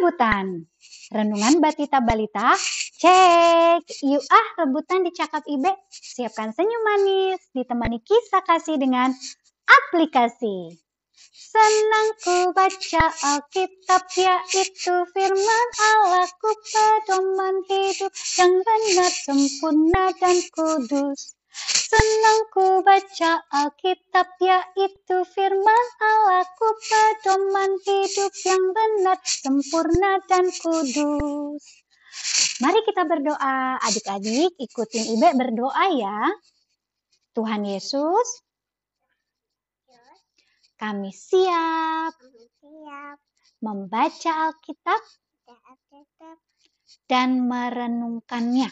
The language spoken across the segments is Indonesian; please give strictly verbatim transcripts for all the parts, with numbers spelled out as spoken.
Rebutan. Renungan Batita Balita. Cek. Yuk ah rebutan di Cakap Ibe. Siapkan senyum manis. Ditemani kisah kasih dengan aplikasi. Senang ku baca Alkitab, yaitu firman Allahku, pedoman hidup yang benar, sempurna dan kudus. Senang ku baca Alkitab, yaitu firman Allahku, pedoman hidup yang benar, sempurna dan kudus. Mari kita berdoa. Adik-adik ikutin Ibe berdoa ya. Tuhan Yesus, kami siap, siap membaca Alkitab dan merenungkannya.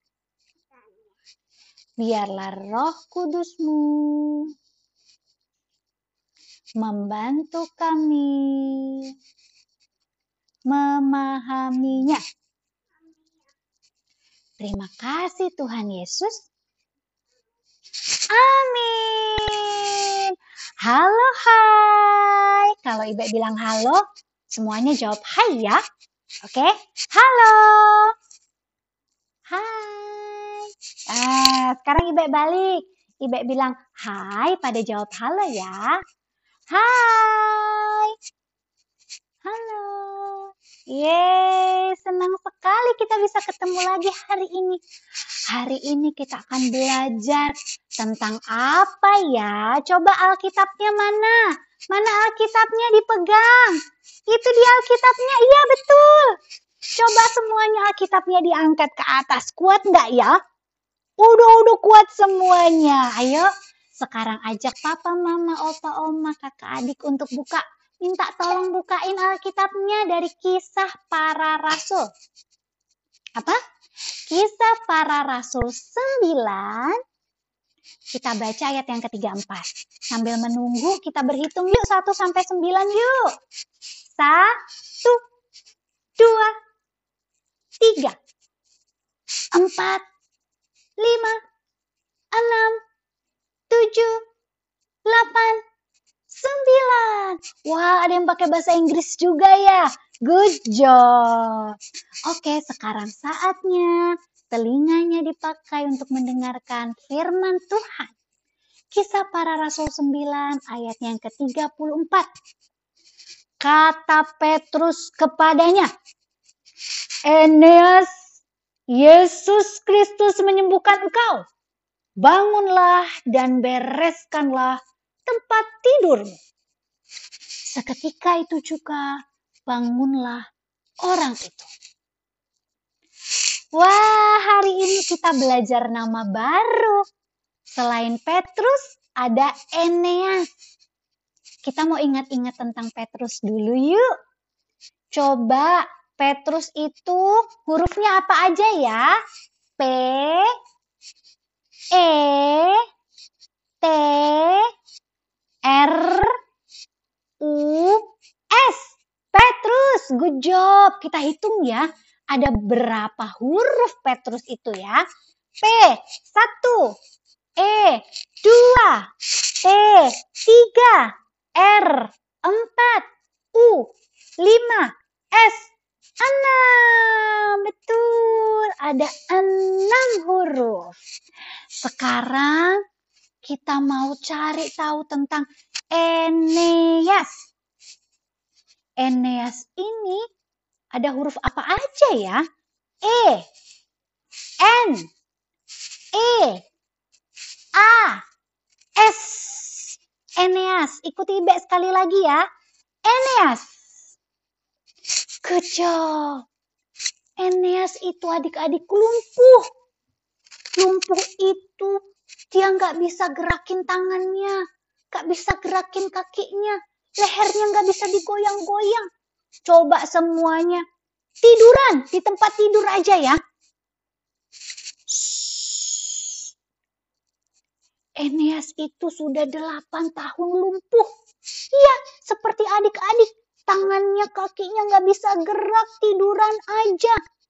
Biarlah Roh Kudus-Mu membantu kami memahaminya. Terima kasih Tuhan Yesus. Amin. Halo, hai. Kalau Ibe bilang halo, semuanya jawab hai ya. Oke, halo. Hai. Ah, sekarang Ibe balik. Ibe bilang hai, pada jawab halo ya. Hai. Halo. Yeay, senang sekali kita bisa ketemu lagi hari ini. Hari ini kita akan belajar tentang apa ya? Coba Alkitabnya mana? Mana Alkitabnya dipegang? Itu di Alkitabnya, iya betul. Coba semuanya Alkitabnya diangkat ke atas. Kuat nggak ya? Udah, udah kuat semuanya. Ayo, sekarang ajak papa, mama, opa, oma, kakak, adik untuk buka. Minta tolong bukain Alkitabnya dari Kisah Para Rasul. Apa? Kisah Para Rasul sembilan. Kita baca ayat yang ketiga empat. Sambil menunggu kita berhitung yuk satu sampai sembilan yuk. Satu, dua, tiga, empat, lima, enam, tujuh, delapan, sembilan. Wah, ada yang pakai bahasa Inggris juga ya. Good job. Oke, sekarang saatnya telinganya dipakai untuk mendengarkan firman Tuhan. Kisah Para Rasul sembilan ayat yang ke tiga puluh empat. Kata Petrus kepadanya, Eneas, Yesus Kristus menyembuhkan engkau. Bangunlah dan bereskanlah tempat tidurmu. Seketika itu juga bangunlah orang itu. Wah, hari ini kita belajar nama baru. Selain Petrus, ada Eneas. Kita mau ingat-ingat tentang Petrus dulu yuk. Coba Petrus itu hurufnya apa aja ya? P, E, T, R, U, S. Petrus, good job. Kita hitung ya. Ada berapa huruf Petrus itu ya? P, satu. E, dua. T, tiga. R, empat. U, lima. S, enam. Betul, ada enam huruf. Sekarang kita mau cari tahu tentang Eneas. Eneas ini ada huruf apa aja ya? E, N, E, A, S. Eneas. Ikuti Ibe sekali lagi ya. Eneas. Good job. Eneas itu adik-adik lumpuh. Lumpuh itu dia nggak bisa gerakin tangannya. Nggak bisa gerakin kakinya. Lehernya nggak bisa digoyang-goyang. Coba semuanya tiduran di tempat tidur aja ya. Eneas itu sudah delapan tahun lumpuh. Iya, seperti adik-adik. Tangannya, kakinya nggak bisa gerak, tiduran aja.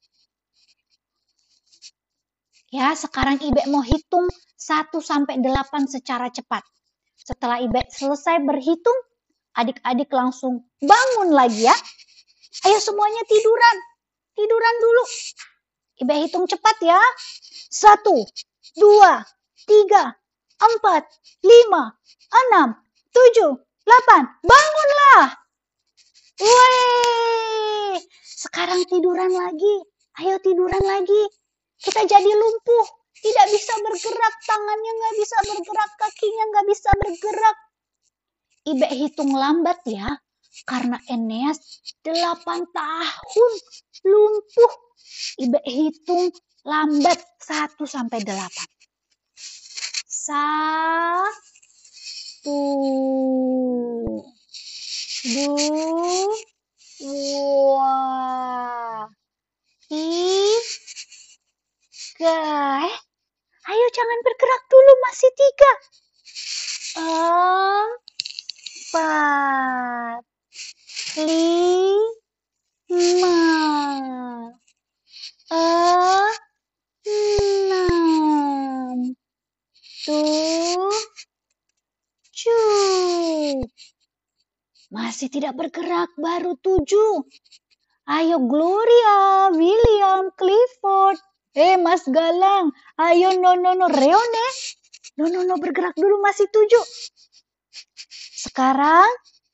Ya, sekarang Ibe mau hitung satu sampai delapan secara cepat. Setelah Ibe selesai berhitung, adik-adik langsung bangun lagi ya. Ayo semuanya tiduran. Tiduran dulu. Ibe hitung cepat ya. Satu, dua, tiga, empat, lima, enam, tujuh, delapan. Bangunlah. Wih, sekarang tiduran lagi. Ayo tiduran lagi. Kita jadi lumpuh. Tidak bisa bergerak. Tangannya nggak bisa bergerak. Kakinya nggak bisa bergerak. Ibe hitung lambat ya. Karena Eneas delapan tahun lumpuh. Ibe hitung lambat satu sampai delapan. Satu, dua, tiga. Eh, ayo jangan bergerak dulu, masih tiga. Empat, lima, enam, tujuh. Masih tidak bergerak, baru tujuh. Ayo Gloria, William, Clifford. Eh Mas Galang, ayo no no no Reone. No no no bergerak dulu, masih tujuh. Sekarang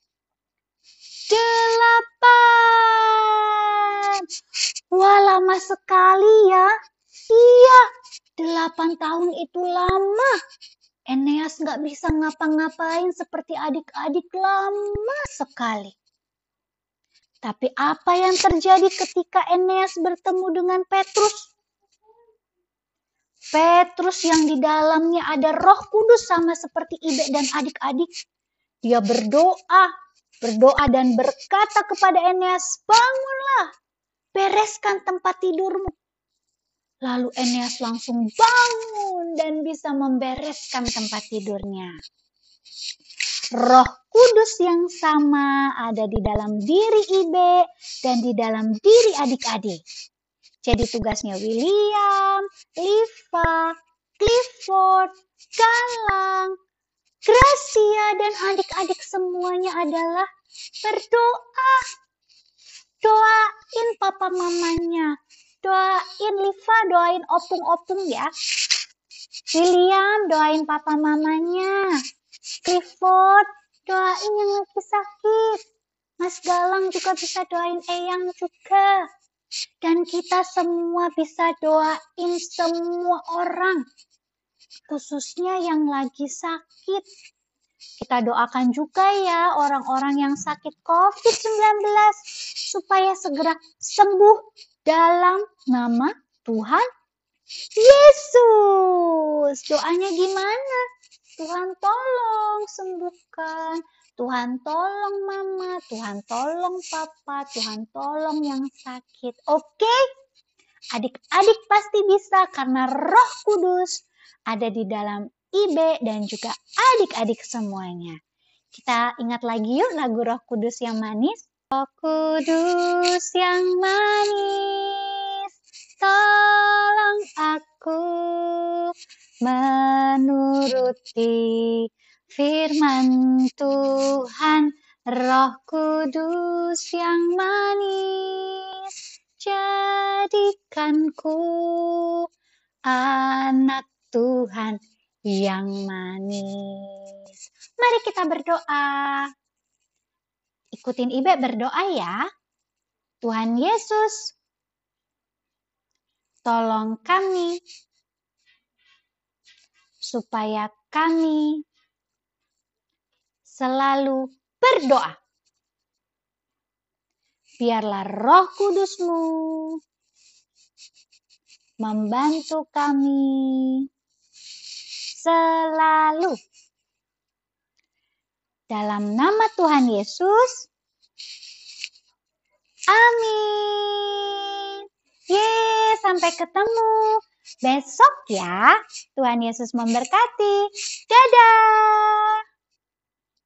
delapan. Wah lama sekali ya. Iya, delapan tahun itu lama. Eneas nggak bisa ngapa-ngapain seperti adik-adik, lama sekali. Tapi apa yang terjadi ketika Eneas bertemu dengan Petrus? Petrus yang di dalamnya ada Roh Kudus sama seperti Ibe dan adik-adik. Dia berdoa, berdoa dan berkata kepada Eneas, bangunlah, bereskan tempat tidurmu. Lalu Eneas langsung bangun dan bisa membereskan tempat tidurnya. Roh Kudus yang sama ada di dalam diri Ibe dan di dalam diri adik-adik. Jadi tugasnya William, Liva, Clifford, Galang, Gracia dan adik-adik semuanya adalah berdoa. Doain papa mamanya. Doain Liva, doain opung-opung ya. William, doain papa mamanya. Clifford, doain yang lagi sakit. Mas Galang juga bisa doain Eyang juga. Dan kita semua bisa doain semua orang. Khususnya yang lagi sakit. Kita doakan juga ya orang-orang yang sakit covid sembilan belas. Supaya segera sembuh dalam nama Tuhan Yesus. Doanya gimana? Tuhan tolong sembuhkan. Tuhan tolong mama, Tuhan tolong papa, Tuhan tolong yang sakit. Oke? Adik-adik pasti bisa karena Roh Kudus ada di dalam Ibe dan juga adik-adik semuanya. Kita ingat lagi yuk lagu Roh Kudus yang manis. Roh Kudus yang manis, tolong aku menuruti firman Tuhan. Roh Kudus yang manis, jadikanku anak Tuhan yang manis. Mari kita berdoa. Ikutin Ibe berdoa ya. Tuhan Yesus, tolong kami supaya kami selalu berdoa. Biarlah Roh Kudus-Mu membantu kami selalu. Dalam nama Tuhan Yesus, amin. Yeay, sampai ketemu besok ya. Tuhan Yesus memberkati. Dadah.